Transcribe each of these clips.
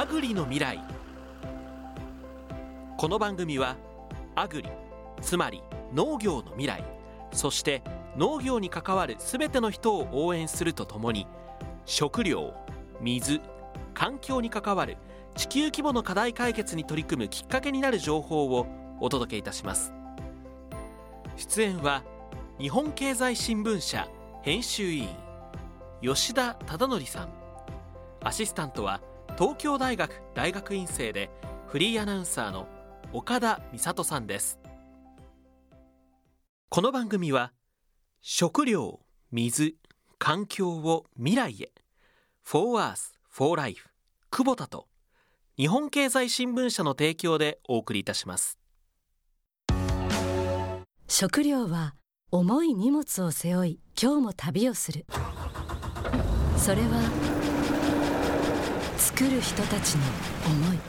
アグリの未来。この番組はアグリ、つまり農業の未来、そして農業に関わるすべての人を応援するとともに、食料、水、環境に関わる地球規模の課題解決に取り組むきっかけになる情報をお届けいたします。出演は日本経済新聞社編集委員吉田忠則さん、アシスタントは東京大学大学院生でフリーアナウンサーの岡田美里さんです。この番組は食料、水、環境を未来へ For Earth, For Life クボタと日本経済新聞社の提供でお送りいたします。 食料は重い荷物を背負い今日も旅をする。それは作る人たちの思い、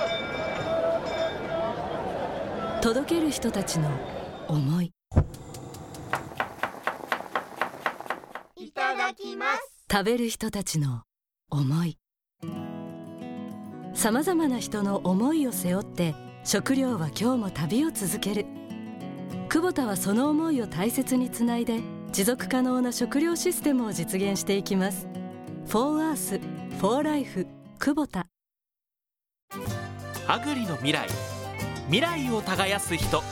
届ける人たちの思い、 いただきます。 食べる人たちの思い、さまざまな人の思いを背負って食料は今日も旅を続ける。クボタはその思いを大切につないで持続可能な食料システムを実現していきます。 For Earth, For Life クボタ。 アグリの未来、未来を耕す人。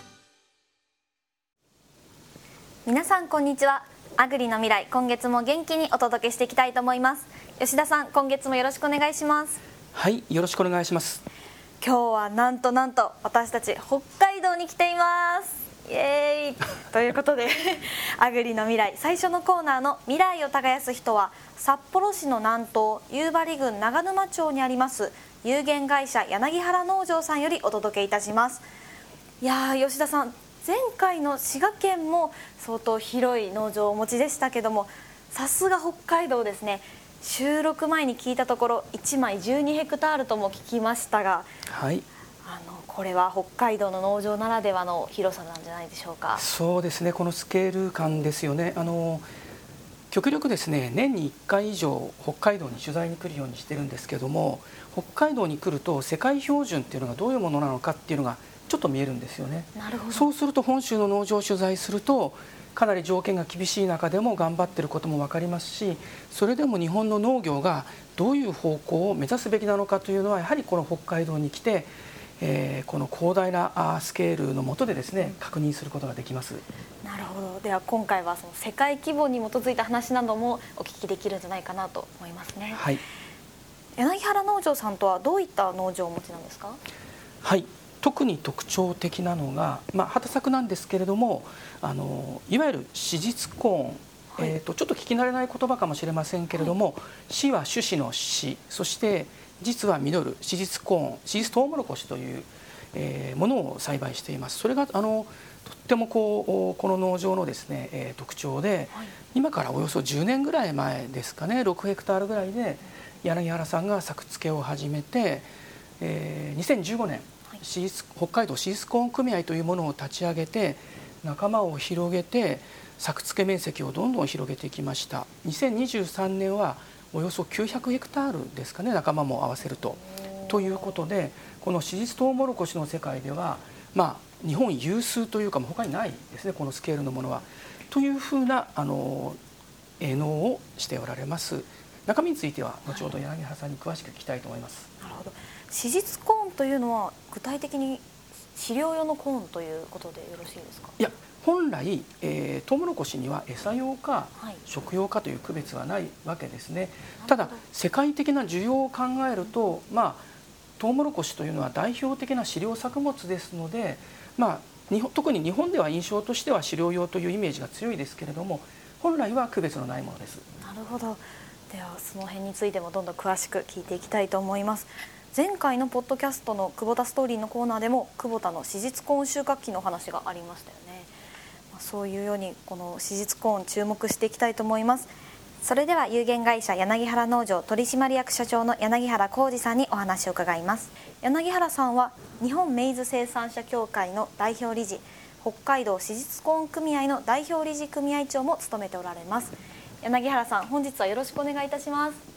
皆さんこんにちは。アグリの未来、今月も元気にお届けしていきたいと思います。吉田さん、今月もよろしくお願いします。 はい、よろしくお願いします。 今日はなんと私たち北海道に来ています。イエーイということでアグリの未来、最初のコーナーの未来を耕す人は、札幌市の南東夕張郡長沼町にあります有限会社柳原農場さんよりお届けいたします。いやー、吉田さん、前回の滋賀県も相当広い農場をお持ちでしたけども、さすが北海道ですね。収録前に聞いたところ1枚12ヘクタールとも聞きましたが、 はい、 これは北海道の農場ならではの広さなんじゃないでしょうか。 そうですね、このスケール感ですよね。極力ですね、年に1回以上北海道に取材に来るようにしてるんですけども、北海道に来ると世界標準っていうのがどういうものなのかっていうのがちょっと見えるんですよね。 なるほど。 そうすると本州の農場を取材すると、かなり条件が厳しい中でも頑張っていることも分かりますし、それでも日本の農業がどういう方向を目指すべきなのかというのは、やはりこの北海道に来て、この広大なスケールの下でですね、確認することができます。 なるほど。では今回はその世界規模に基づいた話などもお聞きできるんじゃないかなと思いますね。 はい、 柳原農場さんとはどういった農場をお持ちなんですか？ はい、特に特徴的なのが、畑作なんですけれども、いわゆる子実コーン、ちょっと聞き慣れない言葉かもしれませんけれども、子は種子の子、そして実は実る子実コーン、子実トウモロコシという、ものを栽培しています。それがとってもこの農場のですね、特徴で、今からおよそ10年ぐらい前ですかね、6ヘクタールぐらいで柳原さんが作付けを始めて、2015年北海道子実コーン組合というものを立ち上げて、仲間を広げて作付け面積をどんどん広げていきました。2023年はおよそ900ヘクタールですかね、仲間も合わせると。ということで、この子実トウモロコシの世界では、日本有数というか他にないですね、このスケールのものは。というふうな営農をしておられます。中身については後ほど柳原さんに詳しく聞きたいと思います。 なるほど。子実コーンというのは具体的に飼料用のコーンということでよろしいですか？ いや、本来、トウモロコシには餌用か食用かという区別はないわけですね。ただ世界的な需要を考えると、トウモロコシというのは代表的な飼料作物ですので、特に日本では印象としては飼料用というイメージが強いですけれども、本来は区別のないものです。 なるほど。ではその辺についてもどんどん詳しく聞いていきたいと思います。前回のポッドキャストの久保田ストーリーのコーナーでも久保田の子実コーン収穫期の話がありましたよね。そういうようにこの子実コーン注目していきたいと思います。それでは有限会社柳原農場取締役社長の柳原浩二さんにお話を伺います。柳原さんは日本メイズ生産者協会の代表理事、北海道子実コーン組合の代表理事組合長も務めておられます。柳原さん、本日はよろしくお願いいたします。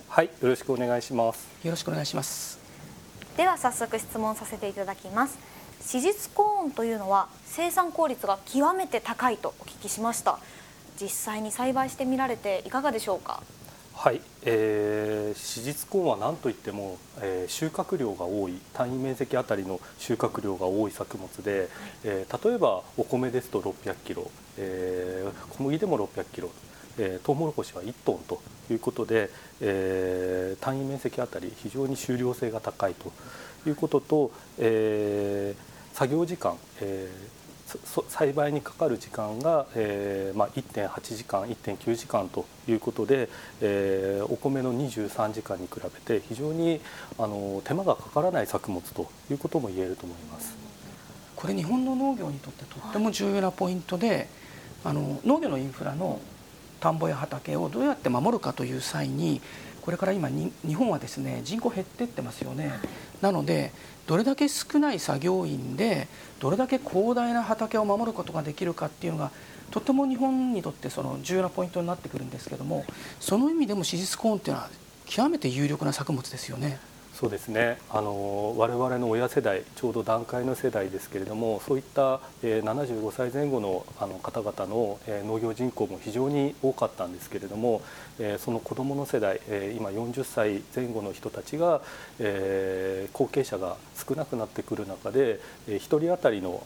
はい、よろしくお願いします。 よろしくお願いします。 では早速質問させていただきます。史実コーンというのは生産効率が極めて高いとお聞きしました。実際に栽培してみられていかがでしょうか？ はい、史実コーンは何といっても、収穫量が多い、単位面積あたりの収穫量が多い作物で、例えばお米ですと600キロ、小麦でも600キロ、トウモロコシは1トンということで、単位面積あたり非常に収量性が高いということと、作業時間、栽培にかかる時間が、1.8時間 1.9 時間ということで、お米の23時間に比べて非常に手間がかからない作物ということも言えると思います。 これ日本の農業にとってとっても重要なポイントで、農業のインフラの田んぼや畑をどうやって守るかという際に、これから今日本はですね、人口減っていってますよね。なのでどれだけ少ない作業員でどれだけ広大な畑を守ることができるかっていうのがとても日本にとってその重要なポイントになってくるんですけども、その意味でも史実コーンっていうのは極めて有力な作物ですよね。 そうですね、我々の親世代、ちょうど団塊の世代ですけれども、そういった75歳前後の方々の農業人口も非常に多かったんですけれども、その子どもの世代、今40歳前後の人たちが後継者が少なくなってくる中で、1人当たりの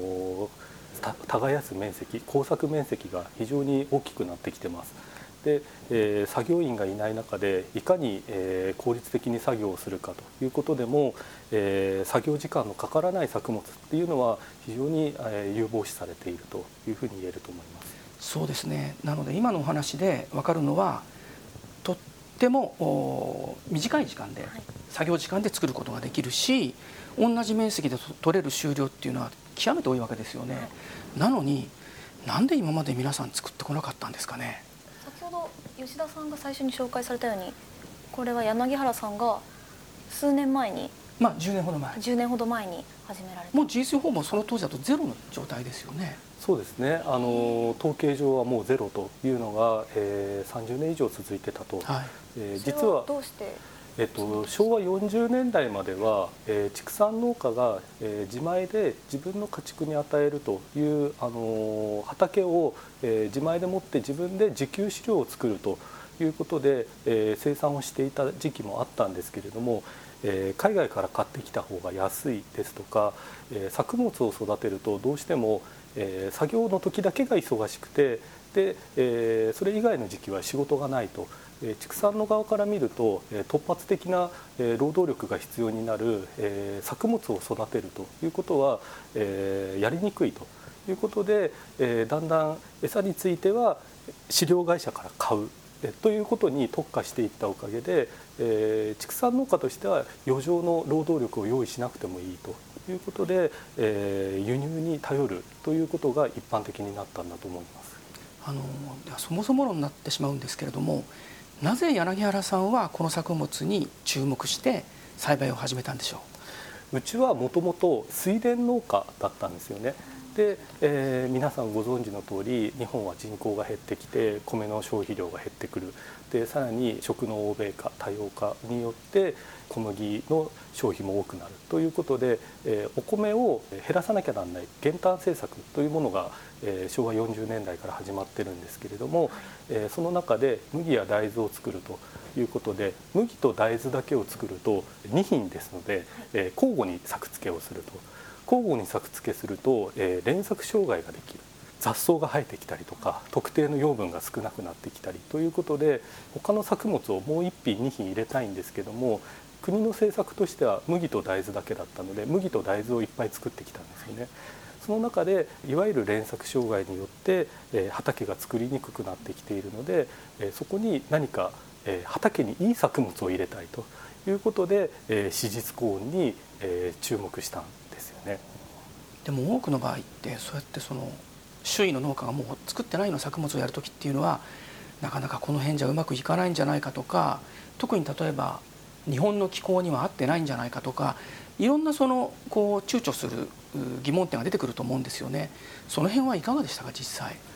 耕す面積、耕作面積が非常に大きくなってきてます。で、作業員がいない中でいかに、効率的に作業をするかということでも、作業時間のかからない作物っていうのは非常に、有望視されているというふうに言えると思います。 そうですね。なので今のお話で分かるのは、とっても短い時間で、作業時間で作ることができるし、同じ面積で取れる収量っていうのは極めて多いわけですよね。なのになんで今まで皆さん作ってこなかったんですかね。 先ほど吉田さんが最初に紹介されたように、これは柳原さんが数年前に、 10年ほど前に始められた。もう事実上もその当時だとゼロの状態ですよね。 そうですね、統計上はもうゼロというのが、30年以上続いてたと、実はどうして昭和40年代までは、畜産農家が、自前で自分の家畜に与えるという、畑を、自前でもって自分で自給飼料を作るということで、生産をしていた時期もあったんですけれども、海外から買ってきた方が安いですとか、作物を育てるとどうしても、作業の時だけが忙しくて、で、それ以外の時期は仕事がないと。畜産の側から見ると突発的な労働力が必要になる作物を育てるということはやりにくいということで、だんだん餌については飼料会社から買うということに特化していったおかげで、畜産農家としては余剰の労働力を用意しなくてもいいということで、輸入に頼るということが一般的になったんだと思います。 そもそも論になってしまうんですけれども、なぜ柳原さんはこの作物に注目して栽培を始めたんでしょう。 うちはもともと水田農家だったんですよね。で、皆さんご存知の通り、日本は人口が減ってきて米の消費量が減ってくる。で、さらに食の欧米化多様化によって小麦の消費も多くなるということで、お米を減らさなきゃならない減反政策というものが、昭和40年代から始まってるんですけれども、その中で麦や大豆を作るということで、麦と大豆だけを作ると2品ですので、交互に作付けをすると。交互に作付けすると、連作障害ができる、雑草が生えてきたりとか、特定の養分が少なくなってきたりということで、他の作物をもう1品2品入れたいんですけども、国の政策としては麦と大豆だけだったので、麦と大豆をいっぱい作ってきたんですよね。その中でいわゆる連作障害によって、畑が作りにくくなってきているので、そこに何か、畑にいい作物を入れたいということで、史実コーンに、注目したんですよね。 でも多くの場合ってそうやって周囲の農家がもう作ってないの作物をやるときっていうのは、なかなかこの辺じゃうまくいかないんじゃないかとか、特に例えば日本の気候には合ってないんじゃないかとか、いろんなこう躊躇する疑問点が出てくると思うんですよね。その辺はいかがでしたか、実際。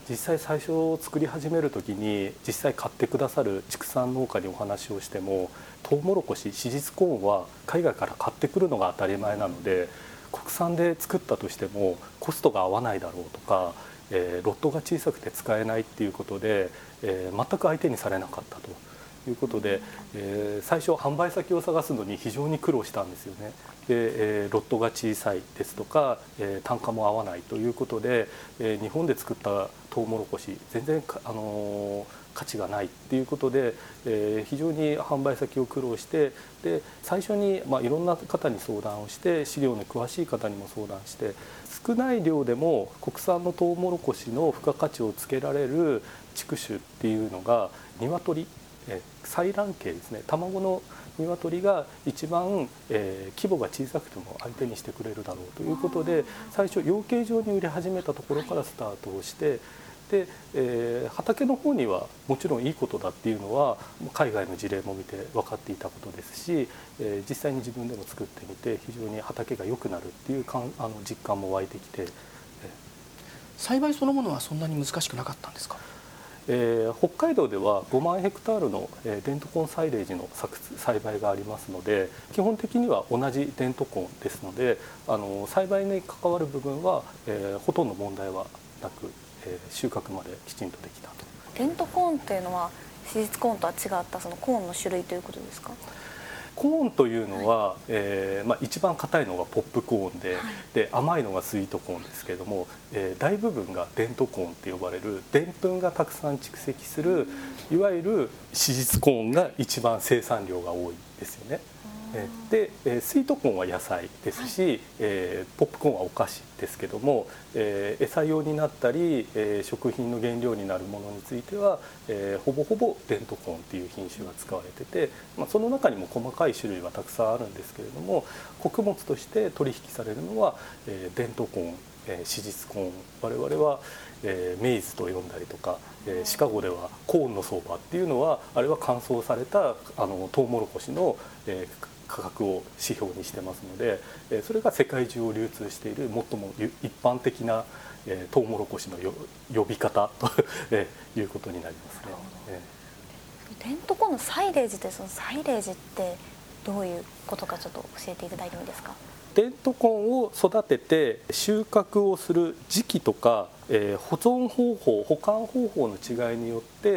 実際最初作り始める時に実際買ってくださる畜産農家にお話をしても、トウモロコシ、子実コーンは海外から買ってくるのが当たり前なので、国産で作ったとしてもコストが合わないだろうとか、ロットが小さくて使えないっていうことで、全く相手にされなかったということで、最初販売先を探すのに非常に苦労したんですよね。で、ロットが小さいですとか、単価も合わないということで、日本で作ったトウモロコシ全然価値がないっていうことで、非常に販売先を苦労して、で最初にいろんな方に相談をして、飼料の詳しい方にも相談して、少ない量でも国産のトウモロコシの付加価値をつけられる畜種っていうのが鶏、採卵系ですね、卵の鶏が一番、規模が小さくても相手にしてくれるだろうということで、最初養鶏場に売り始めたところからスタートをして、で、畑の方にはもちろんいいことだっていうのは海外の事例も見て分かっていたことですし、実際に自分でも作ってみて非常に畑が良くなるっていう実感も湧いてきて。 栽培そのものはそんなに難しくなかったんですか？ 北海道では5万ヘクタールのデントコーンサイレージの栽培がありますので、基本的には同じデントコーンですので、栽培に関わる部分は、ほとんど問題はなく、収穫まできちんとできたと。 デントコーンというのは子実コーンとは違ったそのコーンの種類ということですか？ コーンというのは、一番硬いのがポップコーンで、で甘いのがスイートコーンですけれども、大部分がデントコーンって呼ばれるでんぷんがたくさん蓄積するいわゆる子実コーンが一番生産量が多いですよね。でスイートコーンは野菜ですし、ポップコーンはお菓子ですけども、餌用になったり、食品の原料になるものについては、ほぼほぼデントコーンっていう品種が使われてて、その中にも細かい種類はたくさんあるんですけれども、穀物として取引されるのは、デントコーン、子実コーン、我々は、メイズと呼んだりとか、シカゴではコーンの相場っていうのは、あれは乾燥されたトウモロコシの、価格を指標にしてますので、それが世界中を流通している最も一般的なトウモロコシの呼び方ということになりますね。 デントコーンのサイレージって、そのサイレージってどういうことかちょっと教えていただいてもいいですか？ デントコーンを育てて収穫をする時期とか、保存方法、保管方法の違いによって、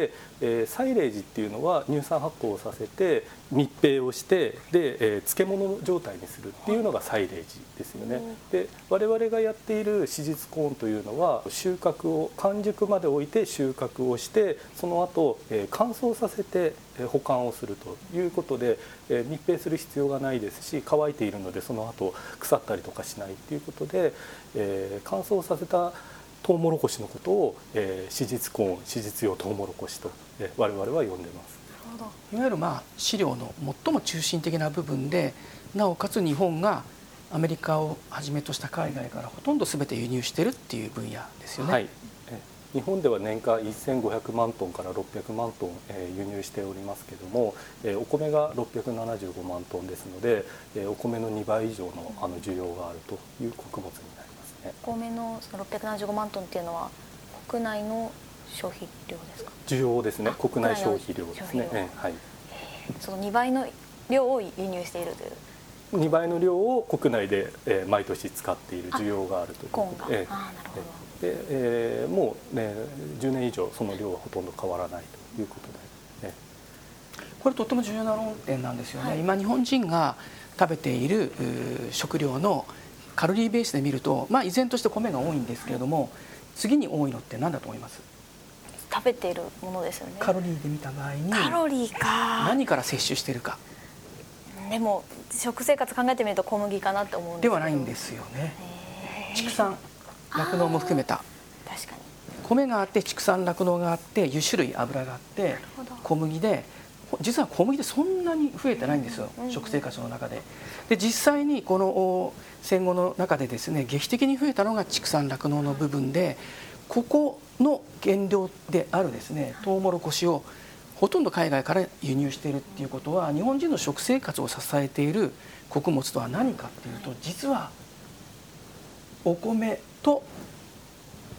サイレージっていうのは乳酸発酵をさせて密閉をして、で、漬物状態にするっていうのがサイレージですよね。で、我々がやっている子実コーンというのは収穫を完熟まで置いて収穫をして、その後、乾燥させて保管をするということで、密閉する必要がないですし、乾いているのでその後腐ったりとかしないということで、乾燥させたトウモロコシのことを、子実コーン、子実用トウモロコシと、我々は呼んでます。 いわゆる飼料の最も中心的な部分で、なおかつ日本がアメリカをはじめとした海外からほとんど全て輸入しているっていう分野ですよね。 はい、日本では年間1500万トンから600万トン、輸入しておりますけれども、お米が675万トンですので、お米の2倍以上の需要があるという穀物になりますね。 お米のその675万トンっていうのは国内の消費量ですか？ 需要ですね。国内消費量ですね。はい。 その2倍の量を輸入しているという。 2倍の量を国内で、毎年使っている需要があるということで、 なるほど。 で、もうね10年以上その量はほとんど変わらないということで、 これとっても重要な論点なんですよね。今日本人が食べている食料のカロリーベースで見ると、依然として米が多いんですけれども、次に多いのって何だと思います？ 食べているものですよね。 カロリーで見た場合にカロリーか何から摂取しているか。 でも食生活考えてみると小麦かなって思うんですけど。 ではないんですよね。畜産酪農も含めた。 確かに。 米があって畜産酪農があって油種類油があって小麦で、実は小麦でそんなに増えてないんですよ、食生活の中で。で実際にこの戦後の中でですね、劇的に増えたのが畜産酪農の部分で、ここの原料であるですねトウモロコシをほとんど海外から輸入しているっていうことは、日本人の食生活を支えている穀物とは何かっていうと、実はお米と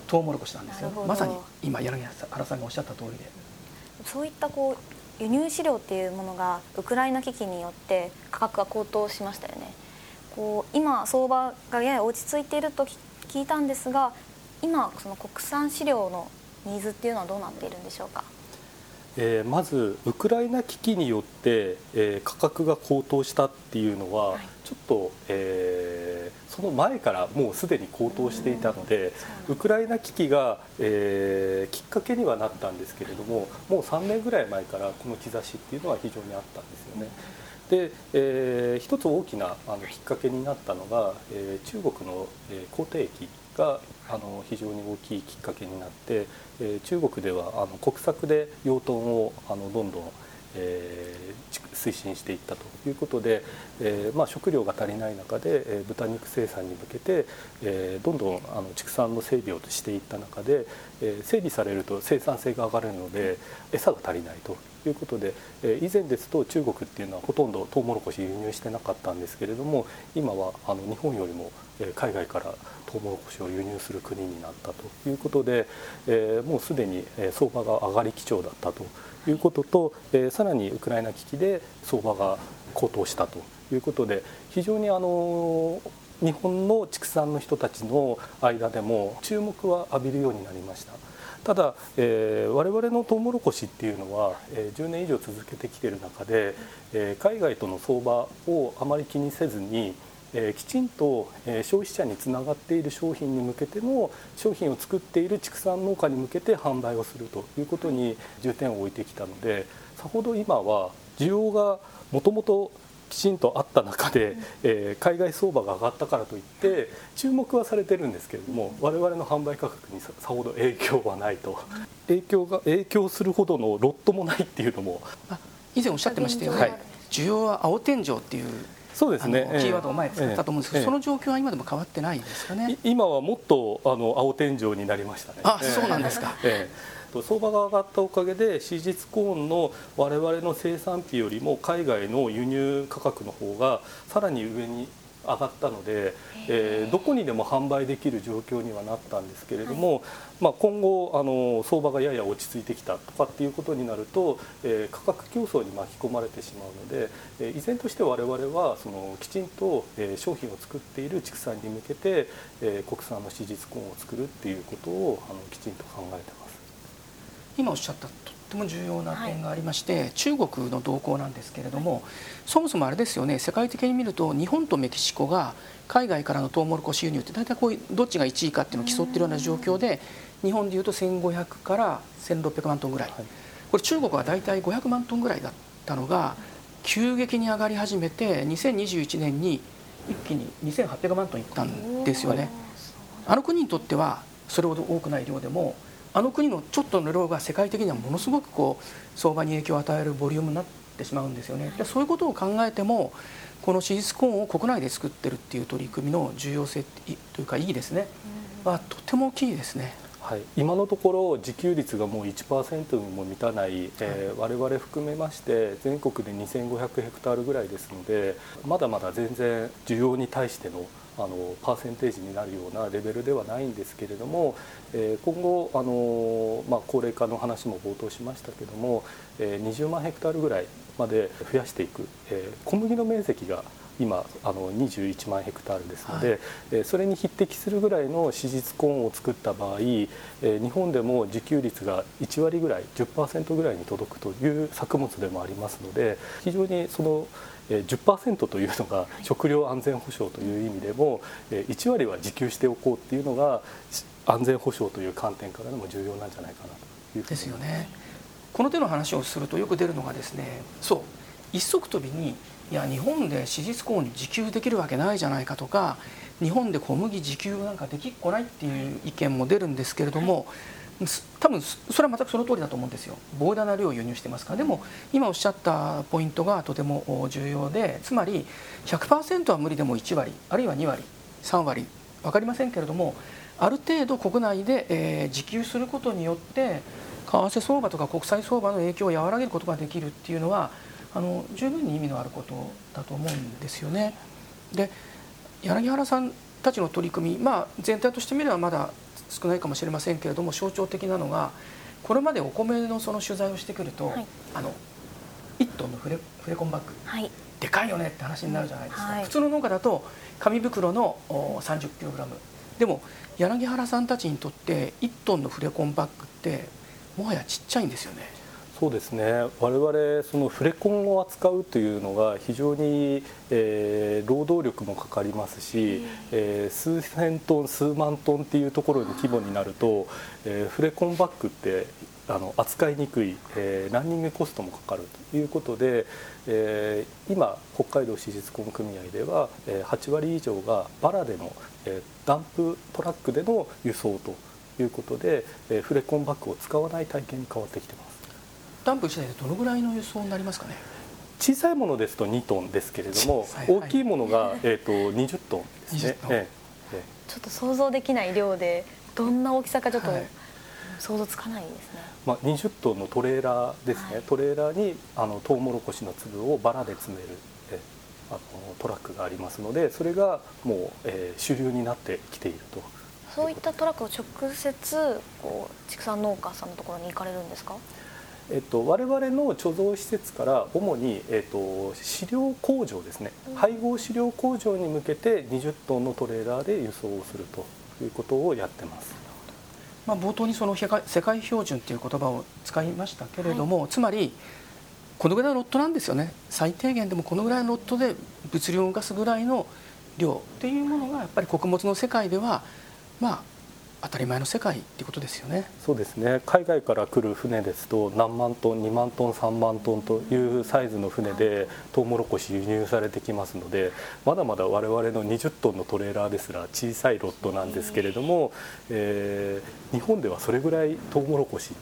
トウモロコシなんですよ。 なるほど。 まさに今柳原さんがおっしゃった通りで、 そういった輸入飼料っていうものがウクライナ危機によって価格が高騰しましたよね。今相場がやや落ち着いていると聞いたんですが、今その国産飼料のニーズっていうのはどうなっているんでしょうか。 まずウクライナ危機によって、価格が高騰したっていうのは、ちょっと、その前からもうすでに高騰していたので、ウクライナ危機が、きっかけにはなったんですけれども、もう3年ぐらい前からこの兆しっていうのは非常にあったんですよね。で、一つ大きなきっかけになったのが、中国の口蹄疫が非常に大きいきっかけになって、中国では国策で養豚をどんどん推進していったということで、食料が足りない中で豚肉生産に向けてどんどん畜産の整備をしていった中で、整備されると生産性が上がるので餌が足りないということで、以前ですと中国っていうのはほとんどトウモロコシ輸入してなかったんですけれども、今は日本よりも海外からトウモロコシを輸入する国になったということで、もうすでに相場が上がり基調だったということと、さらにウクライナ危機で相場が高騰したということで、非常に日本の畜産の人たちの間でも注目は浴びるようになりました。ただ、我々のトウモロコシっていうのは、10年以上続けてきている中で、海外との相場をあまり気にせずに、きちんと消費者につながっている商品に向けての商品を作っている畜産農家に向けて販売をするということに重点を置いてきたので、さほど今は需要がもともときちんとあった中で、海外相場が上がったからといって注目はされてるんですけれども、我々の販売価格にさほど影響はないと、影響するほどのロットもないっていうのも以前おっしゃってましたよね、はい、需要は青天井っていうそうですね、 キーワードを前使ったと思うんですけど、その状況は今でも変わってないんですかね。 今はもっと青天井になりましたね。 そうなんですか。 相場が上がったおかげで史実コーンの我々の生産費よりも海外の輸入価格の方がさらに上に上がったので、どこにでも販売できる状況にはなったんですけれども、今後相場がやや落ち着いてきたとかっていうことになると、価格競争に巻き込まれてしまうので、依然として我々はきちんと商品を作っている畜産に向けて国産の史実コーンを作るっていうことをきちんと考えてます。 今おっしゃったとっても重要な点がありまして、中国の動向なんですけれども、そもそもあれですよね、世界的に見ると日本とメキシコが海外からのトウモロコシ輸入って大体どっちが1位かっていうのを競っているような状況で、日本でいうと1500から1600万トンぐらい、これ中国は大体500万トンぐらいだったのが急激に上がり始めて、2021年に一気に2800万トンいったんですよね。あの国にとってはそれほど多くない量でも、あの国のちょっとの量が世界的にはものすごく相場に影響を与えるボリュームになってしまうんですよね。でそういうことを考えても、この史実コーンを国内で作ってるっていう取り組みの重要性というか意義ですね、はとても大きいですね。 はい、今のところ自給率がもう 1% にも満たない、我々含めまして全国で2500ヘクタールぐらいですので、まだまだ全然需要に対してのパーセンテージになるようなレベルではないんですけれども、今後高齢化の話も冒頭しましたけども、20万ヘクタールぐらいまで増やしていく、小麦の面積が今21万ヘクタールですので、それに匹敵するぐらいの史実コーンを作った場合、日本でも自給率が1割ぐらい 10% ぐらいに届くという作物でもありますので、非常にその10% というのが食料安全保障という意味でも1割は自給しておこうっていうのが安全保障という観点からでも重要なんじゃないかなというふうにですよね。この手の話をするとよく出るのがですね、そう一足飛びにいや日本で史実コーン自給できるわけないじゃないかとか、日本で小麦自給なんかできっこないっていう意見も出るんですけれども、多分それは全くその通りだと思うんですよ。膨大な量を輸入してますから。でも今おっしゃったポイントがとても重要で、つまり 100% は無理でも1割あるいは2割3割分かりませんけれども、ある程度国内で自給することによって為替相場とか国際相場の影響を和らげることができるっていうのは十分に意味のあることだと思うんですよね。で柳原さんたちの取り組み、全体として見ればまだ少ないかもしれませんけれども、象徴的なのがこれまでお米のその取材をしてくると、1トンのフレコンバッグ、でかいよねって話になるじゃないですか、普通の農家だと紙袋の 30kg でも柳原さんたちにとって1トンのフレコンバッグってもはやちっちゃいんですよね。 そうですね、我々そのフレコンを扱うというのが非常に、労働力もかかりますし、数千トン数万トンっていうところの規模になると、フレコンバッグって扱いにくい、ランニングコストもかかるということで、今北海道私実工組合では8割以上がバラでのダンプトラックでの輸送ということで、フレコンバッグを使わない体験に変わってきてます。 ダンプ1台でどのぐらいの輸送になりますかね。 小さいものですと2トンですけれども、大きいものが20トンですね。 ちょっと想像できない量でどんな大きさかちょっと想像つかないですね。 20トンのトレーラーですね、トレーラーにトウモロコシの粒をバラで詰めるトラックがありますので、それがもう主流になってきていると。 そういったトラックを直接畜産農家さんのところに行かれるんですか。 我々の貯蔵施設から主に、飼料工場ですね、配合飼料工場に向けて20トンのトレーラーで輸送をするということをやってます。 冒頭にその世界標準という言葉を使いましたけれども、つまりこのぐらいのロットなんですよね。最低限でもこのぐらいのロットで物流を動かすぐらいの量っていうものがやっぱり穀物の世界では当たり前の世界っていうことですよね。 そうですね、海外から来る船ですと何万トン2万トン3万トンというサイズの船でトウモロコシ輸入されてきますので、まだまだ我々の20トンのトレーラーですら小さいロットなんですけれども、日本ではそれぐらいトウモロコシって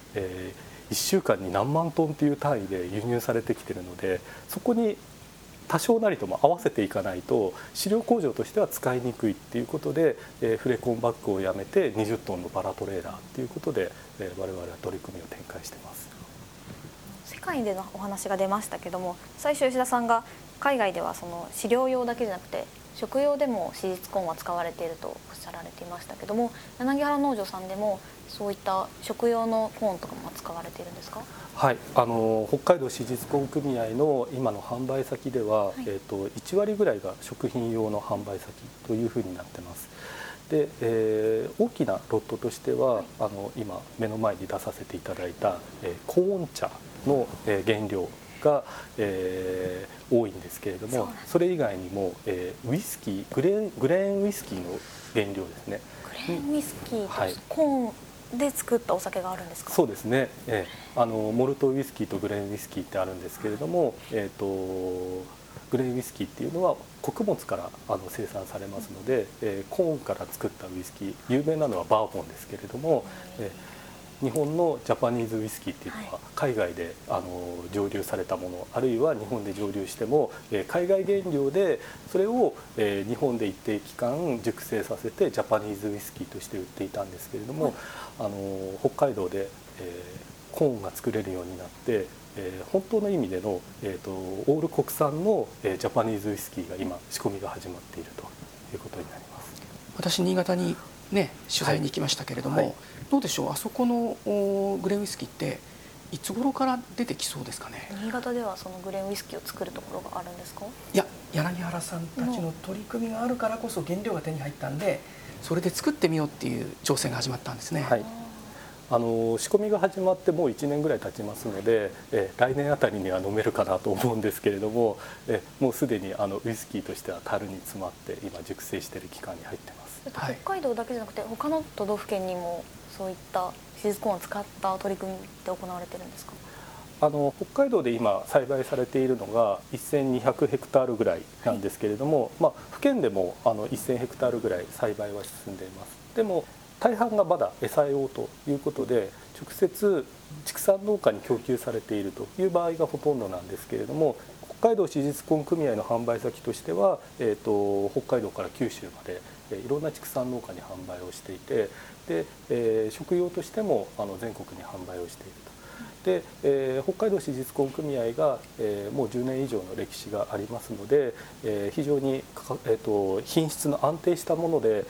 、1週間に何万トンという単位で輸入されてきているので、そこに多少なりとも合わせていかないと飼料工場としては使いにくいっていうことで、フレコンバッグをやめて20トンのバラトレーラーっていうことで、我々は取り組みを展開しています。 世界でのお話が出ましたけども、最初吉田さんが海外ではその飼料用だけじゃなくて食用でも私実コーンは使われているとおっしゃられていましたけども、柳原農場さんでもそういった食用のコーンとかも使われているんですか。 はい、北海道私実コーン組合の今の販売先では、1割ぐらいが食品用の販売先というふうになってます。で、大きなロットとしては今目の前に出させていただいた、コーン茶の、原料が、多いんですけれども、それ以外にも、ウイスキーグレーンウイスキーの原料ですね。 グレーンウイスキーとコーンで作ったお酒があるんですか。 そうですね、モルトウイスキーとグレーンウイスキーってあるんですけれども、グレーンウイスキーっていうのは穀物から生産されますので、コーンから作ったウイスキー、有名なのはバーボンですけれども、日本のジャパニーズウイスキーっていうのは海外で蒸留されたもの、あるいは日本で蒸留しても海外原料でそれを日本で一定期間熟成させてジャパニーズウイスキーとして売っていたんですけれども、北海道でコーンが作れるようになって、本当の意味でのオール国産のジャパニーズウイスキーが今仕込みが始まっているということになります。 私新潟にね取材に行きましたけれども、どうでしょう、あそこのグレーンウイスキーっていつ頃から出てきそうですかね。 新潟ではそのグレーンウイスキーを作るところがあるんですか。 いや、柳原さんたちの取り組みがあるからこそ原料が手に入ったんで、それで作ってみようっていう挑戦が始まったんですね。 仕込みが始まってもう1年ぐらい経ちますので、来年あたりには飲めるかなと思うんですけれども、もうすでにウイスキーとしては樽に詰まって今熟成している期間に入ってます。 北海道だけじゃなくて他の都道府県にもそういった私実コーンを使った取り組みって行われてるんですか。 北海道で今栽培されているのが1200ヘクタールぐらいなんですけれども、府県でも1000ヘクタールぐらい栽培は進んでいます。でも大半がまだ餌用ということで直接畜産農家に供給されているという場合がほとんどなんですけれども、北海道私実コーン組合の販売先としては、北海道から九州までいろんな畜産農家に販売をしていて、で、食用としても全国に販売をしていると。で、北海道私実コーン組合が、もう10年以上の歴史がありますので、非常に、品質の安定したもので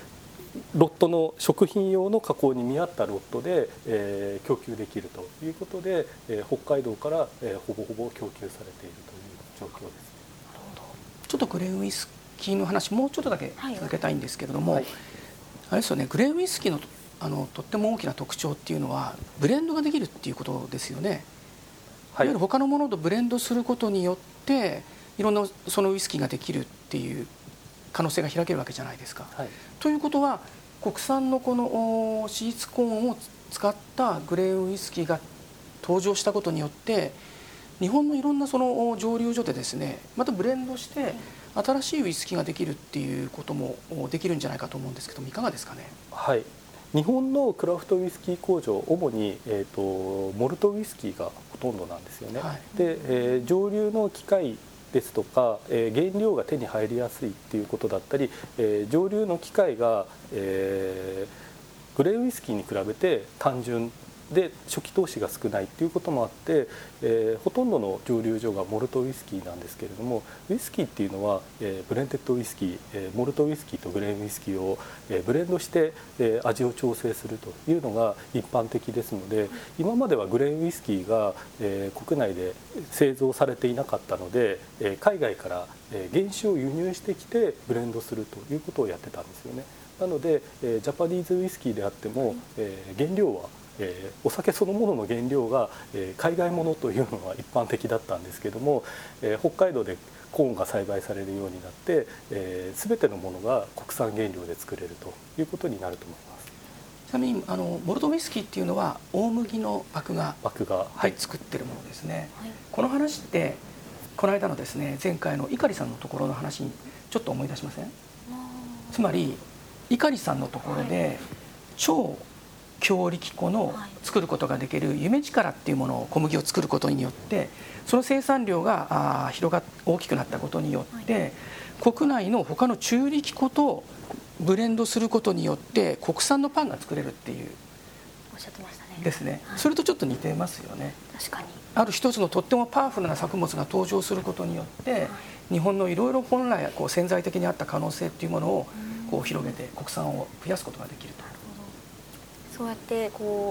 ロットの食品用の加工に見合ったロットで、供給できるということで、北海道から、ほぼほぼ供給されているという状況です。 ちょっとグレーンウイスキーの話もうちょっとだけ続けたいんですけれども、はい、あれですよね、グレーンウイスキーのとっても大きな特徴っていうのはブレンドができるっていうことですよね。いわゆる他のものとブレンドすることによっていろんなそのウイスキーができるっていう可能性が開けるわけじゃないですか。はい、ということは国産のこのシーツコーンを使ったグレーンウイスキーが登場したことによって日本のいろんなその蒸留所でですねまたブレンドして新しいウイスキーができるっていうこともできるんじゃないかと思うんですけどもいかがですかね。 はい、日本のクラフトウイスキー工場主に、モルトウイスキーがほとんどなんですよね。はい、で、蒸留の機械ですとか、原料が手に入りやすいっていうことだったり、蒸留の機械が、グレーウイスキーに比べて単純で初期投資が少ないっていうこともあって、ほとんどの蒸留所がモルトウイスキーなんですけれども、ウイスキーっていうのは、ブレンデッドウイスキー、モルトウイスキーとグレーンウイスキーを、ブレンドして、味を調整するというのが一般的ですので、今まではグレーンウイスキーが、国内で製造されていなかったので、海外から原酒を輸入してきてブレンドするということをやってたんですよね。なので、ジャパニーズウイスキーであっても、原料はお酒そのものの原料が海外ものというのが一般的だったんですけども、北海道でコーンが栽培されるようになって全てのものが国産原料で作れるということになると思います。 ちなみにモルトウイスキーっていうのは大麦の麦芽で作ってるものですね。はい、この話ってこの間のですね前回の碇さんのところの話にちょっと思い出しません？つまり碇さんのところで超強力粉の作ることができる夢力っていうものを小麦を作ることによってその生産量が大きくなったことによって国内の他の中力粉とブレンドすることによって国産のパンが作れるっていうおっしゃってましたね。 ですね。それとちょっと似てますよね。 確かにある一つのとってもパワフルな作物が登場することによって日本のいろいろ本来潜在的にあった可能性っていうものを広げて国産を増やすことができると。 そうやって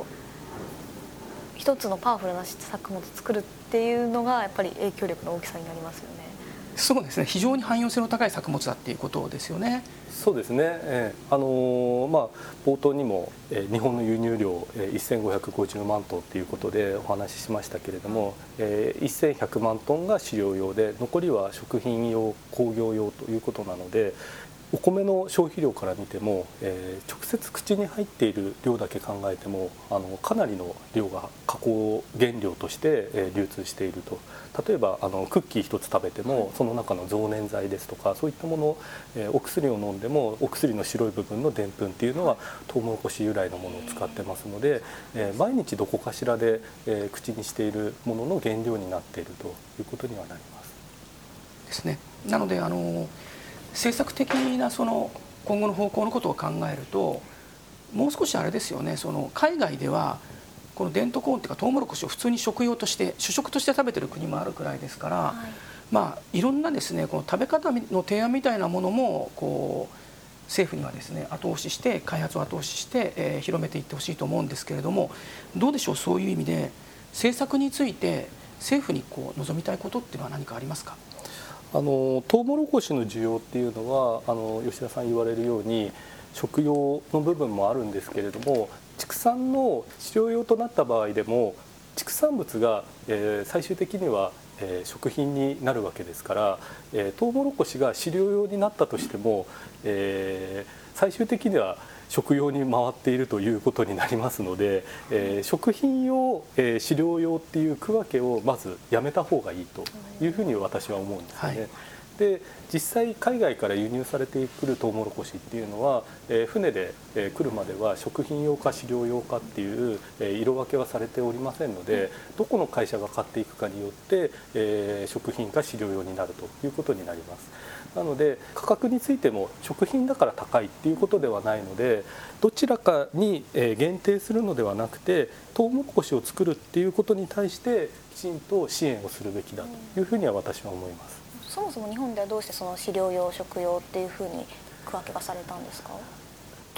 一つのパワフルな作物を作るっていうのがやっぱり影響力の大きさになりますよね。 そうですね。非常に汎用性の高い作物だっていうことですよね。 そうですね。冒頭にも日本の輸入量1550万トンということでお話ししましたけれども、1100万トンが飼料用で残りは食品用工業用ということなので。お米の消費量から見ても、直接口に入っている量だけ考えてもかなりの量が加工原料として、流通していると。例えばクッキー一つ食べてもその中の増粘剤ですとかそういったもの、お薬を飲んでもお薬の白い部分のでんぷんっていうのはトウモロコシ由来のものを使ってますので、毎日どこかしらで、口にしているものの原料になっているということにはなります。 ですね。なので政策的な今後の方向のことを考えるともう少しあれですよね。海外ではこのデントコーンというかトウモロコシを普通に食用として主食として食べてる国もあるくらいですから、はい、いろんなですねこの食べ方の提案みたいなものも政府にはですね後押しして開発を後押しして、広めていってほしいと思うんですけれども、どうでしょう。そういう意味で政策について政府に望みたいことっていうのは何かありますか？ トウモロコシの需要っていうのは吉田さん言われるように食用の部分もあるんですけれども、畜産の飼料用となった場合でも畜産物が、最終的には、食品になるわけですから、トウモロコシが飼料用になったとしても、最終的には食用に回っているということになりますので、食品用、飼料用っていう区分けをまずやめた方がいいというふうに私は思うんですよね。はい、で実際海外から輸入されてくるトウモロコシっていうのは、船で来るまでは食品用か飼料用かっていう色分けはされておりませんので、どこの会社が買っていくかによって、食品か飼料用になるということになります。なので価格についても食品だから高いっていうことではないので、どちらかに限定するのではなくてトウモロコシを作るっていうことに対してきちんと支援をするべきだというふうには私は思います。 そもそも日本ではどうしてその飼料用食用っていうふうに区分けがされたんですか？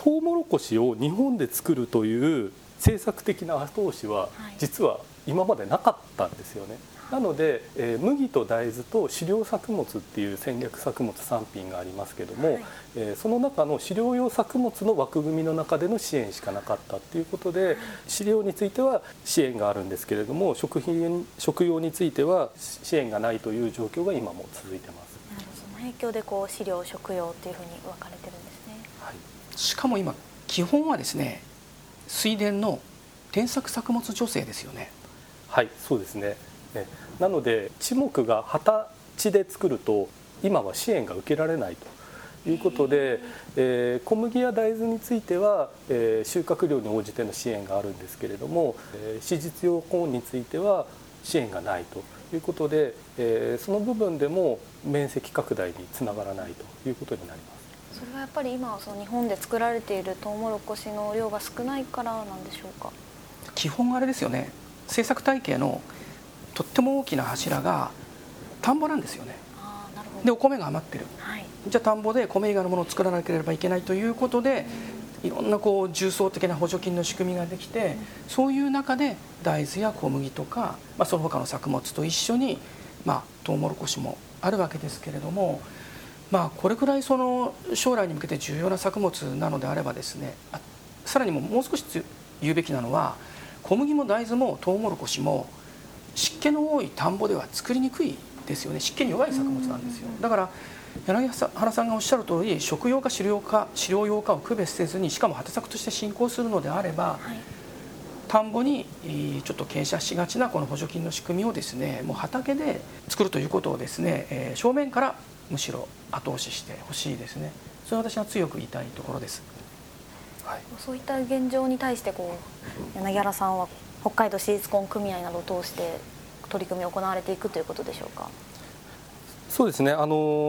トウモロコシを日本で作るという政策的な後押しは実は今までなかったんですよね。なので、麦と大豆と飼料作物っていう戦略作物3品がありますけども、その中の飼料用作物の枠組みの中での支援しかなかったっていうことで、飼料については支援があるんですけれども、食用については支援がないという状況が今も続いてます。 その影響で飼料食用っていうふうに分かれてるんですね。 はい、しかも今基本はですね、水田の転作作物助成ですよね。 はい、そうですね。なので地目が畑地で作ると今は支援が受けられないということで、小麦や大豆については、収穫量に応じての支援があるんですけれども、飼実用コーンについては支援がないということで、その部分でも面積拡大につながらないということになります。 それはやっぱり今その日本で作られているトウモロコシの量が少ないからなんでしょうか。 基本あれですよね、政策体系のとっても大きな柱が田んぼなんですよね。 なるほど。 でお米が余ってる、 はい、 じゃあ田んぼで米以外のものを作らなければいけないということで、いろんな重層的な補助金の仕組みができて、そういう中で大豆や小麦とか、その他の作物と一緒に、トウモロコシもあるわけですけれども、これくらいその将来に向けて重要な作物なのであればですね、さらにもう少し言うべきなのは、小麦も大豆もトウモロコシも湿気の多い田んぼでは作りにくいですよね。湿気に弱い作物なんですよ。だから柳原さんがおっしゃる通り、食用か飼料用かを区別せずに、しかも畑作として進行するのであれば、田んぼにちょっと傾斜しがちなこの補助金の仕組みをですね、もう畑で作るということをですね、正面からむしろ後押ししてほしいですね。それは私は強く言いたいところです。 はい、そういった現状に対して柳原さんは北海道私立コーン組合などを通して取り組みを行われていくということでしょうか。 そうですね、我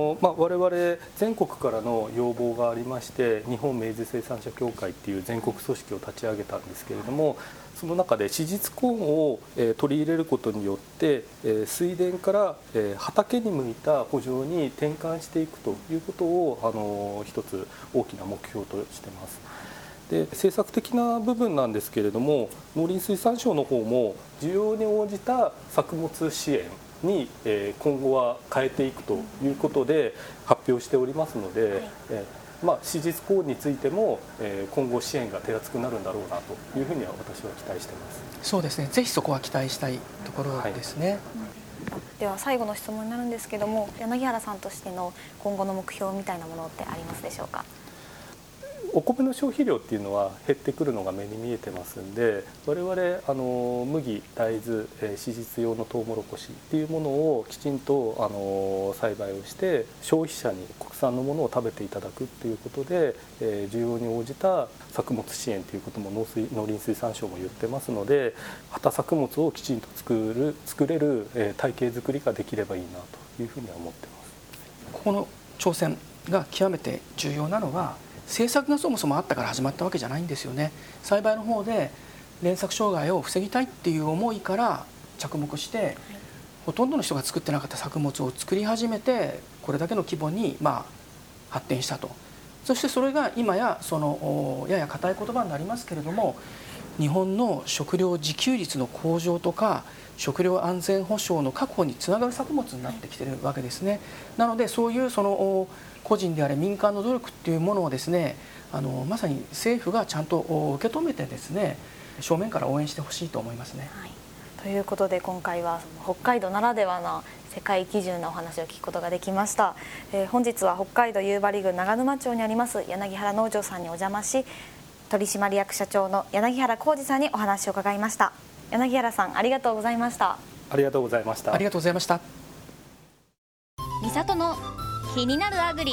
々全国からの要望がありまして、日本明治生産者協会っていう全国組織を立ち上げたんですけれども、その中で私実コーンを取り入れることによって水田から畑に向いた補助に転換していくということを一つ大きな目標としています。で、政策的な部分なんですけれども、農林水産省の方も需要に応じた作物支援に今後は変えていくということで発表しておりますので、私実コーンについても今後支援が手厚くなるんだろうなというふうには私は期待しています。 そうですね、ぜひそこは期待したいところですね。 では最後の質問になるんですけども、柳原さんとしての今後の目標みたいなものってありますでしょうか。 お米の消費量っていうのは減ってくるのが目に見えてますんで、我々麦、大豆、飼実用のトウモロコシっていうものをきちんと栽培をして消費者に国産のものを食べていただくっていうことで、需要に応じた作物支援ということも農林水産省も言ってますので、畑作物をきちんと作れる体系づくりができればいいなというふうには思ってます。 ここの挑戦が極めて重要なのは、政策がそもそもあったから始まったわけじゃないんですよね。栽培の方で連作障害を防ぎたいっていう思いから着目して、ほとんどの人が作ってなかった作物を作り始めて、これだけの規模に発展したと。そしてそれが今ややや固い言葉になりますけれども、日本の食料自給率の向上とか食料安全保障の確保につながる作物になってきているわけですね。なのでそういう個人であれ民間の努力っていうものをですね、まさに政府がちゃんと受け止めてですね、正面から応援してほしいと思いますね。 はい、ということで今回は北海道ならではの世界基準のお話を聞くことができました。本日は北海道夕張郡長沼町にあります柳原農場さんにお邪魔し、取締役社長の柳原浩二さんにお話を伺いました。柳原さん、ありがとうございました。 ありがとうございました。 ありがとうございました。 みさとの気になるアグリ。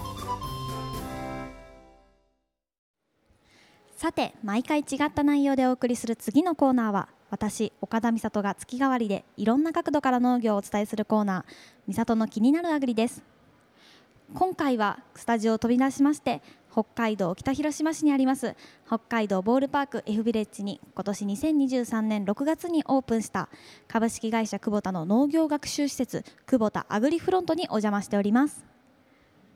さて、毎回違った内容でお送りする次のコーナーは、私岡田美里が月替わりでいろんな角度から農業をお伝えするコーナー、みさとの気になるアグリです。今回はスタジオを飛び出しまして、北海道北広島市にあります北海道ボールパーク F ビレッジに今年2023年6月にオープンした株式会社クボタの農業学習施設クボタアグリフロントにお邪魔しております。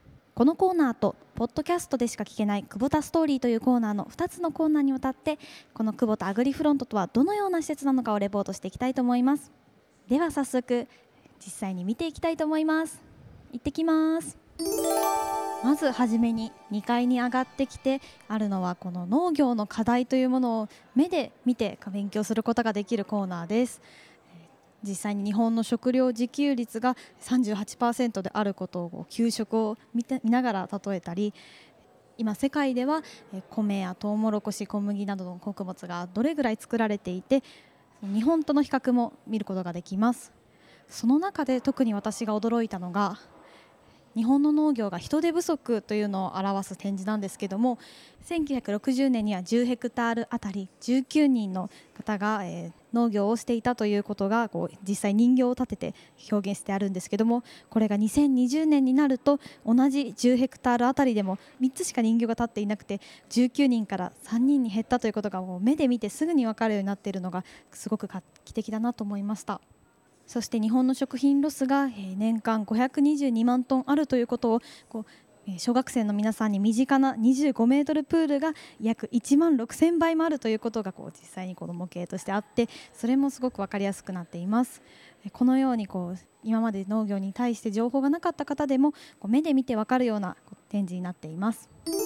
このコーナーとポッドキャストでしか聞けない久保田ストーリーというコーナーの2つのコーナーにわたって、この久保田アグリフロントとはどのような施設なのかをレポートしていきたいと思います。では早速実際に見ていきたいと思います。行ってきます。まずはじめに2階に上がってきてあるのは、この農業の課題というものを目で見て勉強することができるコーナーです。実際に日本の食料自給率が 38% であることを、給食を見ながら例えたり、今世界では米やトウモロコシ、小麦などの穀物がどれぐらい作られていて、日本との比較も見ることができます。その中で特に私が驚いたのが、日本の農業が人手不足というのを表す展示なんですけども、1960年には10ヘクタールあたり19人の方が農業をしていたということが実際人形を立てて表現してあるんですけども、これが2020年になると同じ10ヘクタールあたりでも3つしか人形が立っていなくて、19人から3人に減ったということがもう目で見てすぐに分かるようになっているのがすごく画期的だなと思いました。そして日本の食品ロスが年間522万トンあるということを小学生の皆さんに身近な25メートルプールが約1万6000倍もあるということが実際にこの模型としてあって、それもすごく分かりやすくなっています。このように今まで農業に対して情報がなかった方でも目で見て分かるような展示になっています。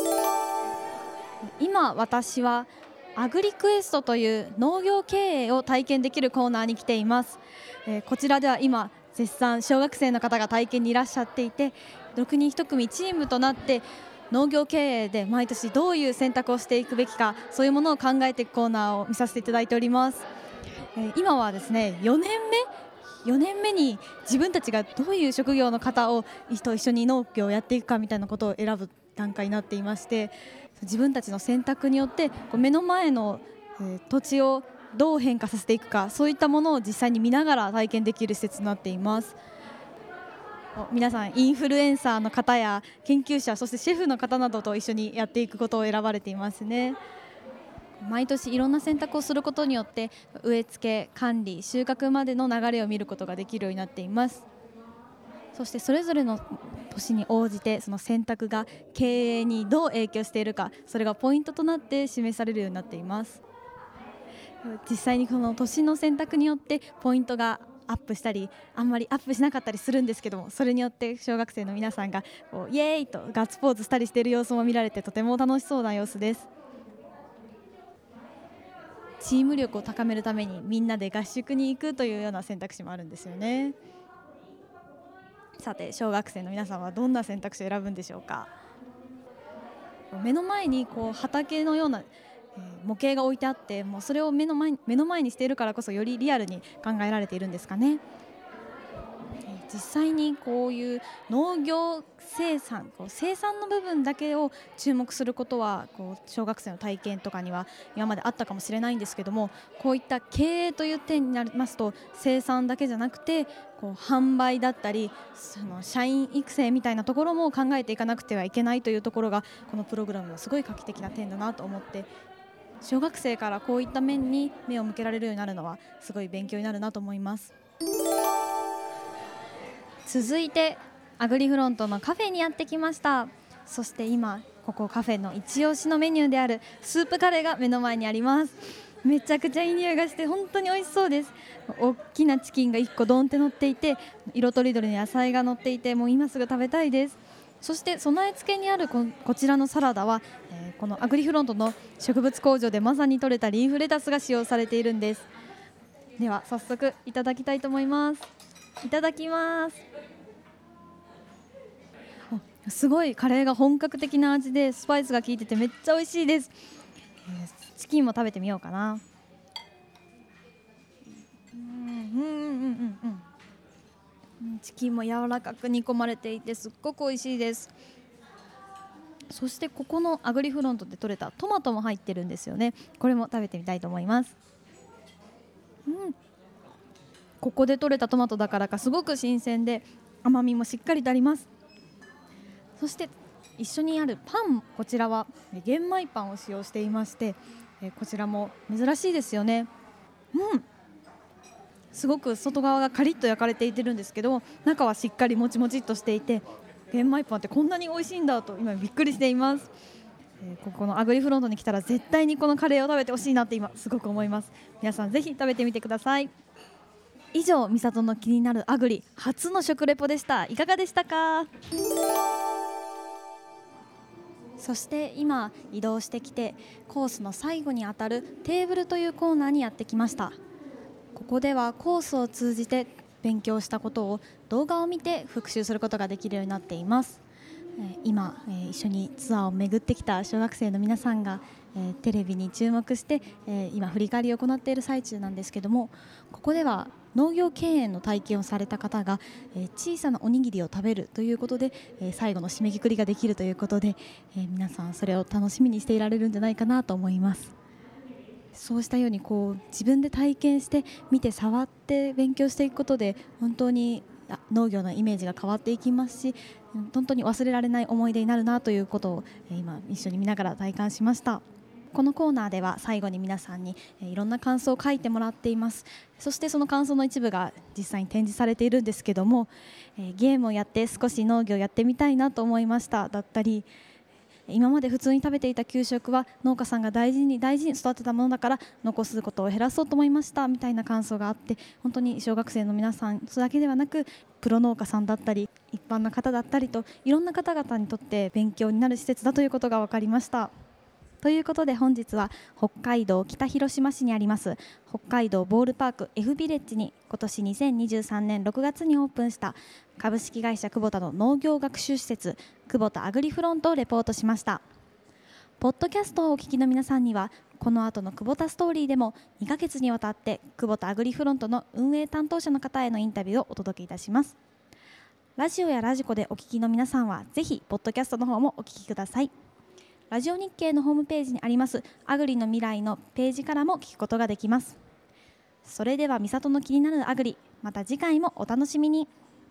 今私はアグリクエストという農業経営を体験できるコーナーに来ています。こちらでは今絶賛小学生の方が体験にいらっしゃっていて、6人1組チームとなって農業経営で毎年どういう選択をしていくべきか、そういうものを考えていくコーナーを見させていただいております。今はですね4年目に自分たちがどういう職業の方を一緒に農業をやっていくかみたいなことを選ぶ段階になっていまして、自分たちの選択によって目の前の土地をどう変化させていくか、そういったものを実際に見ながら体験できる施設になっています。皆さんインフルエンサーの方や研究者、そしてシェフの方などと一緒にやっていくことを選ばれていますね。毎年いろんな選択をすることによって植え付け、管理、収穫までの流れを見ることができるようになっています。そしてそれぞれの年に応じてその選択が経営にどう影響しているか、それがポイントとなって示されるようになっています。実際にこの年の選択によってポイントがアップしたりあんまりアップしなかったりするんですけども、それによって小学生の皆さんがイエーイとガッツポーズしたりしている様子も見られて、とても楽しそうな様子です。チーム力を高めるためにみんなで合宿に行くというような選択肢もあるんですよね。さて小学生の皆さんはどんな選択肢を選ぶんでしょうか。目の前に畑のような模型が置いてあって、もうそれを目の前にしているからこそよりリアルに考えられているんですかね。実際にこういう農業生産の部分だけを注目することは小学生の体験とかには今まであったかもしれないんですけども、こういった経営という点になりますと生産だけじゃなくて販売だったりその社員育成みたいなところも考えていかなくてはいけないというところがこのプログラムのすごい画期的な点だなと思って、小学生からこういった面に目を向けられるようになるのはすごい勉強になるなと思います。続いてアグリフロントのカフェにやってきました。そして今ここカフェの一押しのメニューであるスープカレーが目の前にあります。めちゃくちゃいい匂いがして本当に美味しそうです。大きなチキンが1個ドンって乗っていて、色とりどりの野菜が乗っていて、もう今すぐ食べたいです。そして備え付けにあるこちらのサラダは、このアグリフロントの植物工場でまさに採れたリーフレタスが使用されているんです。では早速いただきたいと思います。いただきます。すごいカレーが本格的な味でスパイスが効いててめっちゃ美味しいです。チキンも食べてみようかな。チキンも柔らかく煮込まれていてすっごく美味しいです。そしてここのアグリフロントで採れたトマトも入ってるんですよね。これも食べてみたいと思います。ここで採れたトマトだからかすごく新鮮で甘みもしっかりとあります。そして一緒にあるパン、こちらは玄米パンを使用していまして、こちらも珍しいですよね。すごく外側がカリッと焼かれていてるんですけど、中はしっかりもちもちっとしていて玄米パンってこんなに美味しいんだと今びっくりしています。ここのアグリフロントに来たら絶対にこのカレーを食べてほしいなって今すごく思います。皆さんぜひ食べてみてください。以上、みさとの気になるアグリ初の食レポでした。いかがでしたか？そして今移動してきてコースの最後にあたるテーブルというコーナーにやってきました。ここではコースを通じて勉強したことを動画を見て復習することができるようになっています。今一緒にツアーを巡ってきた小学生の皆さんがテレビに注目して今振り返りを行っている最中なんですけども、ここでは農業経営の体験をされた方が小さなおにぎりを食べるということで最後の締めくくりができるということで皆さんそれを楽しみにしていられるんじゃないかなと思います。そうしたように自分で体験して見て触って勉強していくことで本当に農業のイメージが変わっていきますし、本当に忘れられない思い出になるなということを今一緒に見ながら体感しました。このコーナーでは最後に皆さんにいろんな感想を書いてもらっています。そしてその感想の一部が実際に展示されているんですけども、ゲームをやって少し農業をやってみたいなと思いましただったり、今まで普通に食べていた給食は農家さんが大事に育てたものだから残すことを減らそうと思いましたみたいな感想があって、本当に小学生の皆さんそれだけではなくプロ農家さんだったり一般の方だったりといろんな方々にとって勉強になる施設だということが分かりました。ということで本日は北海道北広島市にあります北海道ボールパーク F ビレッジに今年2023年6月にオープンした株式会社クボタの農業学習施設クボタアグリフロントをレポートしました。ポッドキャストをお聞きの皆さんにはこの後のクボタストーリーでも2ヶ月にわたってクボタアグリフロントの運営担当者の方へのインタビューをお届けいたします。ラジオやラジコでお聞きの皆さんはぜひポッドキャストの方もお聞きください。ラジオ日経のホームページにありますアグリの未来のページからも聞くことができます。それではみさとの気になるアグリ、また次回もお楽しみに。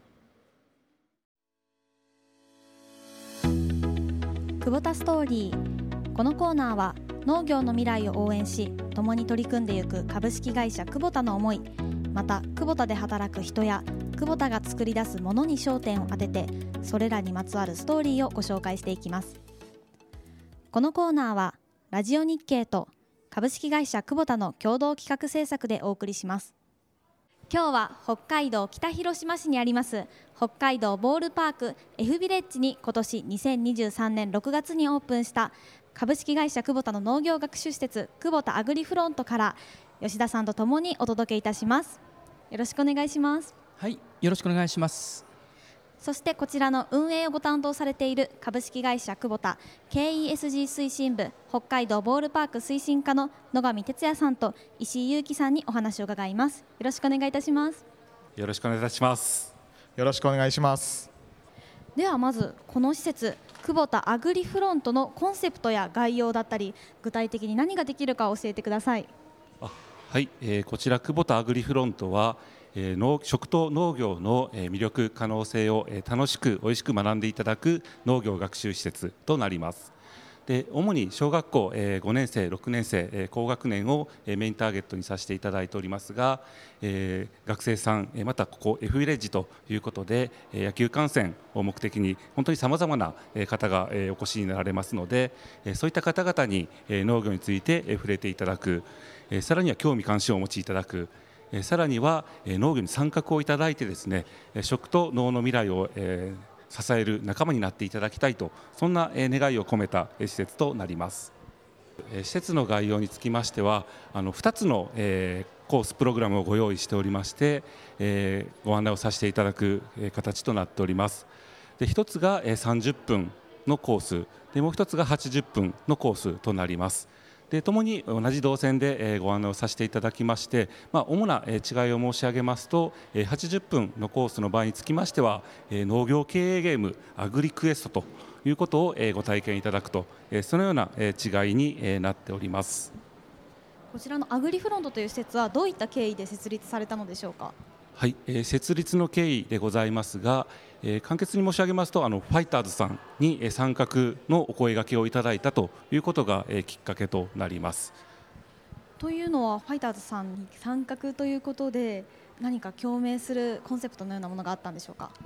クボタストーリー。このコーナーは農業の未来を応援し共に取り組んでいく株式会社クボタの思い、またクボタで働く人やクボタが作り出すものに焦点を当ててそれらにまつわるストーリーをご紹介していきます。このコーナーはラジオ日経と株式会社クボタの共同企画制作でお送りします。今日は北海道北広島市にあります北海道ボールパーク F ビレッジに今年2023年6月にオープンした株式会社クボタの農業学習施設クボタアグリフロントから吉田さんとともにお届けいたします。よろしくお願いします。 はい、よろしくお願いします。 そしてこちらの運営をご担当されている株式会社クボタ KESG 推進部北海道ボールパーク推進課の野上哲也さんと石井裕樹さんにお話を伺います。よろしくお願いいたします。 よろしくお願いいたします。 よろしくお願いします。 ではまずこの施設クボタアグリフロントのコンセプトや概要だったり具体的に何ができるか教えてください。 はい、こちらクボタアグリフロントは食と農業の魅力可能性を楽しくおいしく学んでいただく農業学習施設となります。で主に小学校5年生6年生高学年をメインターゲットにさせていただいておりますが、学生さんまたここ F ビレッジということで野球観戦を目的に本当にさまざまな方がお越しになられますので、そういった方々に農業について触れていただく、さらには興味関心をお持ちいただく、さらには農業に参画をいただいてですね、食と農の未来を支える仲間になっていただきたいと、そんな願いを込めた施設となります。施設の概要につきましては2つのコースプログラムをご用意しておりまして、ご案内をさせていただく形となっております。で1つが30分のコースで、もう1つが80分のコースとなります。でともに同じ動線でご案内をさせていただきまして、主な違いを申し上げますと、80分のコースの場合につきましては農業経営ゲームアグリクエストということをご体験いただくと、そのような違いになっております。 こちらのアグリフロントという施設はどういった経緯で設立されたのでしょうか。 はい、設立の経緯でございますが、簡潔に申し上げますとファイターズさんに参画のお声掛けをいただいたということがきっかけとなります。 というのはファイターズさんに参画ということで何か共鳴するコンセプトのようなものがあったんでしょうか。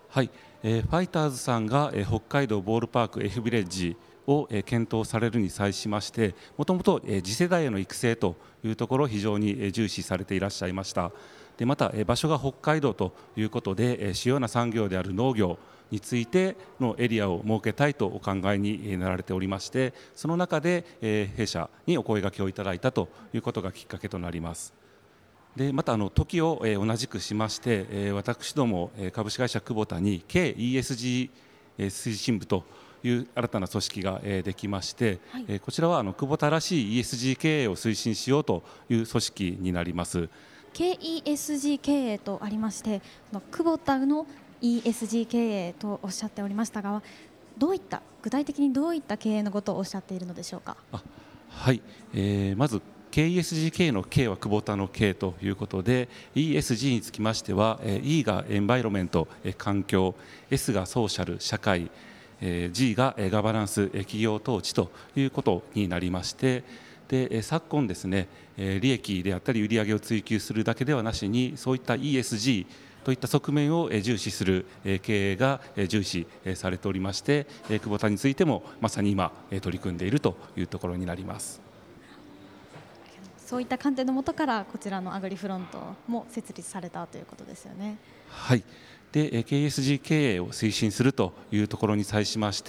はい、ファイターズさんが、北海道ボールパーク F ビレッジを、検討されるに際しまして、もともと、次世代への育成というところを非常に、重視されていらっしゃいました。でまた、場所が北海道ということで、主要な産業である農業についてのエリアを設けたいとお考えになられておりまして、その中で、弊社にお声掛けをいただいたということがきっかけとなります。でまた時を、同じくしまして、私ども、株式会社クボタに KESG 推進部という新たな組織が、できまして、はい、こちらはクボタらしい ESG 経営を推進しようという組織になります。 KESG 経営とありまして、クボタの ESG 経営とおっしゃっておりましたが、具体的にどういった経営のことをおっしゃっているのでしょうか。 はい、まずKESG 経営の K はクボタの K ということで、 ESG につきましては E がエンバイロメント環境、 S がソーシャル社会、G がガバナンス企業統治ということになりまして、で昨今ですね、利益であったり売上を追求するだけではなしに、そういった ESG といった側面を重視する経営が重視されておりまして、クボタについてもまさに今取り組んでいるというところになります。 そういった観点の下からこちらのアグリフロントも設立されたということですよね。 はい。で KSG 経営を推進するというところに際しまして、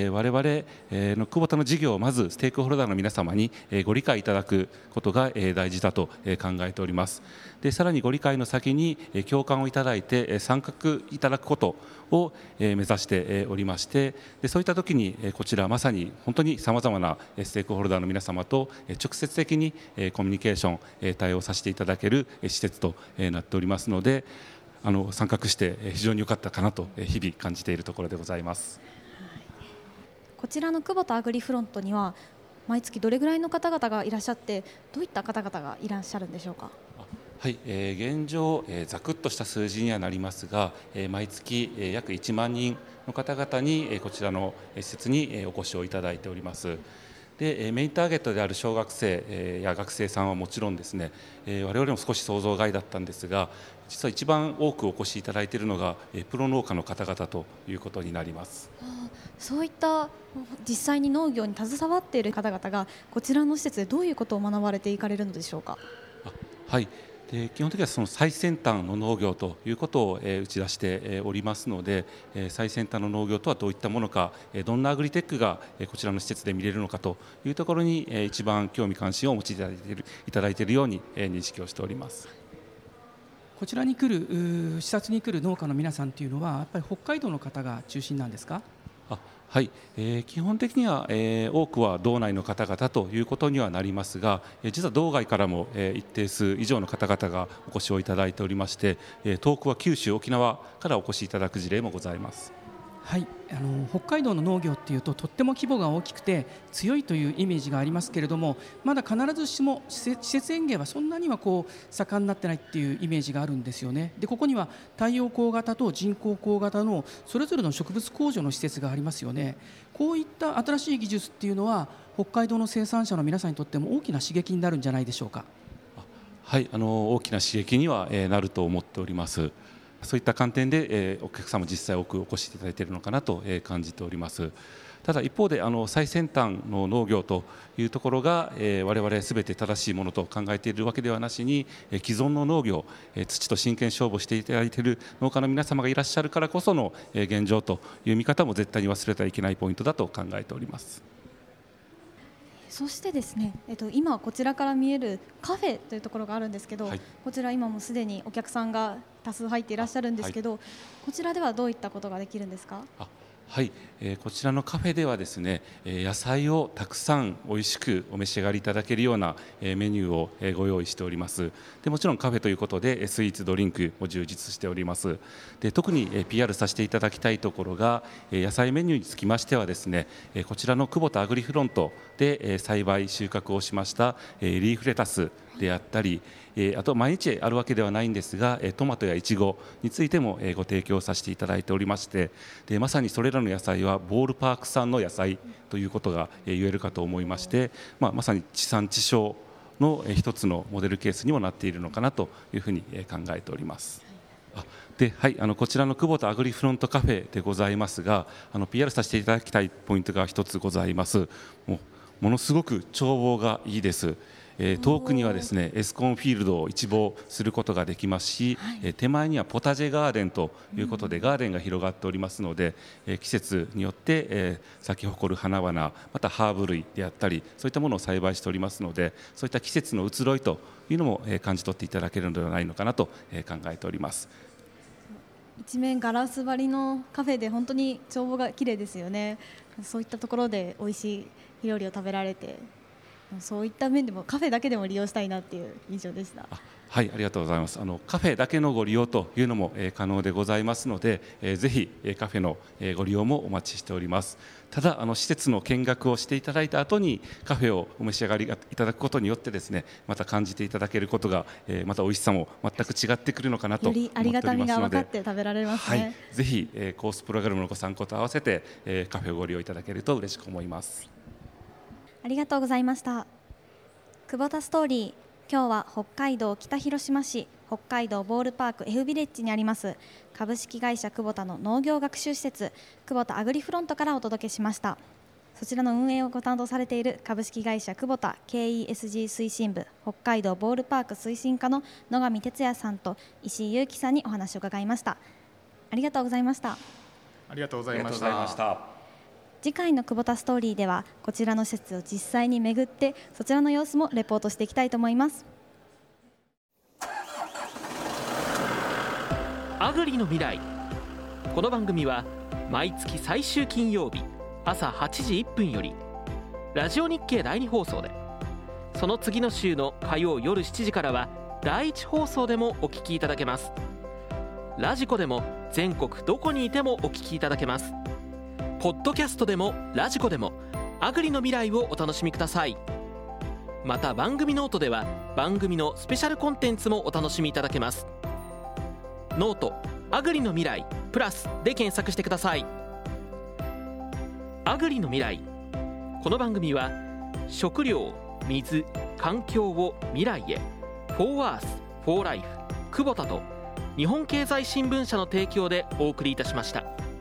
我々のクボタの事業をまずステークホルダーの皆様にご理解いただくことが大事だと考えております。でさらにご理解の先に共感をいただいて参画いただくことを目指しておりまして、でそういった時にこちらまさに本当にさまざまなステークホルダーの皆様と直接的にコミュニケーション対応させていただける施設となっておりますので、参画して非常に良かったかなと日々感じているところでございます。 こちらのクボタアグリフロントには毎月どれぐらいの方々がいらっしゃって、どういった方々がいらっしゃるんでしょうか。 はい、現状、ざくっとした数字にはなりますが、毎月、約1万人の方々に、こちらの施設に、お越しをいただいております。でメインターゲットである小学生や学生さんはもちろんですね、我々も少し想像外だったんですが、実は一番多くお越しいただいているのがプロ農家の方々ということになります。 そういった実際に農業に携わっている方々がこちらの施設でどういうことを学ばれていかれるのでしょうか。 はい、で基本的にはその最先端の農業ということを打ち出しておりますので、最先端の農業とはどういったものか、どんなアグリテックがこちらの施設で見れるのかというところに一番興味関心をお持ちいただいているように認識をしております。 こちらに来る視察に来る農家の皆さんというのはやっぱり北海道の方が中心なんですか。 はい、基本的には、多くは道内の方々ということにはなりますが、実は道外からも、一定数以上の方々がお越しをいただいておりまして、遠くは九州沖縄からお越しいただく事例もございます。 はい、北海道の農業っていうととっても規模が大きくて強いというイメージがありますけれども、まだ必ずしも施設園芸はそんなには盛んになってないっていうイメージがあるんですよね。でここには太陽光型と人工光型のそれぞれの植物工場の施設がありますよね。こういった新しい技術っていうのは北海道の生産者の皆さんにとっても大きな刺激になるんじゃないでしょうか。 はい、大きな刺激には、なると思っております。そういった観点で、お客様実際多くお越しいただいているのかなと、感じております。ただ一方で最先端の農業というところが、我々すべて正しいものと考えているわけではなしに、既存の農業、土と真剣勝負していただいている農家の皆様がいらっしゃるからこその、現状という見方も絶対に忘れてはいけないポイントだと考えております。 そしてですね、今こちらから見えるカフェというところがあるんですけど、はい、こちら今もすでにお客さんが多数入っていらっしゃるんですけど、はい、こちらではどういったことができるんですか。 はい、こちらのカフェではですね、野菜をたくさん美味しくお召し上がりいただけるようなメニューをご用意しております。でもちろんカフェということでスイーツドリンクも充実しております。で特に PR させていただきたいところが野菜メニューにつきましてはですね、こちらのクボタアグリフロントで栽培収穫をしましたリーフレタスであったり、あと毎日あるわけではないんですがトマトやイチゴについてもご提供させていただいておりまして、でまさにそれらの野菜はボールパーク産の野菜ということが言えるかと思いまして、まさに地産地消の一つのモデルケースにもなっているのかなというふうに考えております。 でこちらの久保田アグリフロントカフェでございますが、PR させていただきたいポイントが一つございます。ものすごく眺望がいいです。遠くにはですねエスコンフィールドを一望することができますし、手前にはポタジェガーデンということで、ガーデンが広がっておりますので、季節によって、咲き誇る花々、またハーブ類であったり、そういったものを栽培しておりますので、そういった季節の移ろいというのも、感じ取っていただけるのではないのかなと、考えております。 一面ガラス張りのカフェで本当に眺望が綺麗ですよね。そういったところで美味しい料理を食べられて、そういった面でもカフェだけでも利用したいなっていう印象でした。 はい、ありがとうございます。カフェだけのご利用というのも、可能でございますので、ぜひ、カフェの、ご利用もお待ちしております。ただ施設の見学をしていただいた後にカフェをお召し上がりいただくことによってですね、また感じていただけることが、また美味しさも全く違ってくるのかなと思っておりますので、 よりありがたみが分かって食べられますね。 はい、ぜひ、コースプログラムのご参考と合わせて、カフェをご利用いただけると嬉しく思います。 ありがとうございました。久保田ストーリー、今日は北海道北広島市北海道ボールパーク F ビレッジにあります株式会社久保田の農業学習施設久保田アグリフロントからお届けしました。そちらの運営をご担当されている株式会社久保田 KESG 推進部北海道ボールパーク推進課の野上哲也さんと石井裕樹さんにお話を伺いました。ありがとうございました。 ありがとうございました。 次回の久保田ストーリーではこちらの施設を実際に巡ってそちらの様子もレポートしていきたいと思います。 アグリの未来。この番組は毎月最終金曜日朝8時1分よりラジオ日経第2放送で、その次の週の火曜夜7時からは第1放送でもお聞きいただけます。ラジコでも全国どこにいてもお聞きいただけます。ポッドキャストでもラジコでもアグリの未来をお楽しみください。また番組ノートでは番組のスペシャルコンテンツもお楽しみいただけます。ノートアグリの未来プラスで検索してください。アグリの未来。この番組は食料、水、環境を未来へ For Earth, For Life 久保田と日本経済新聞社の提供でお送りいたしました。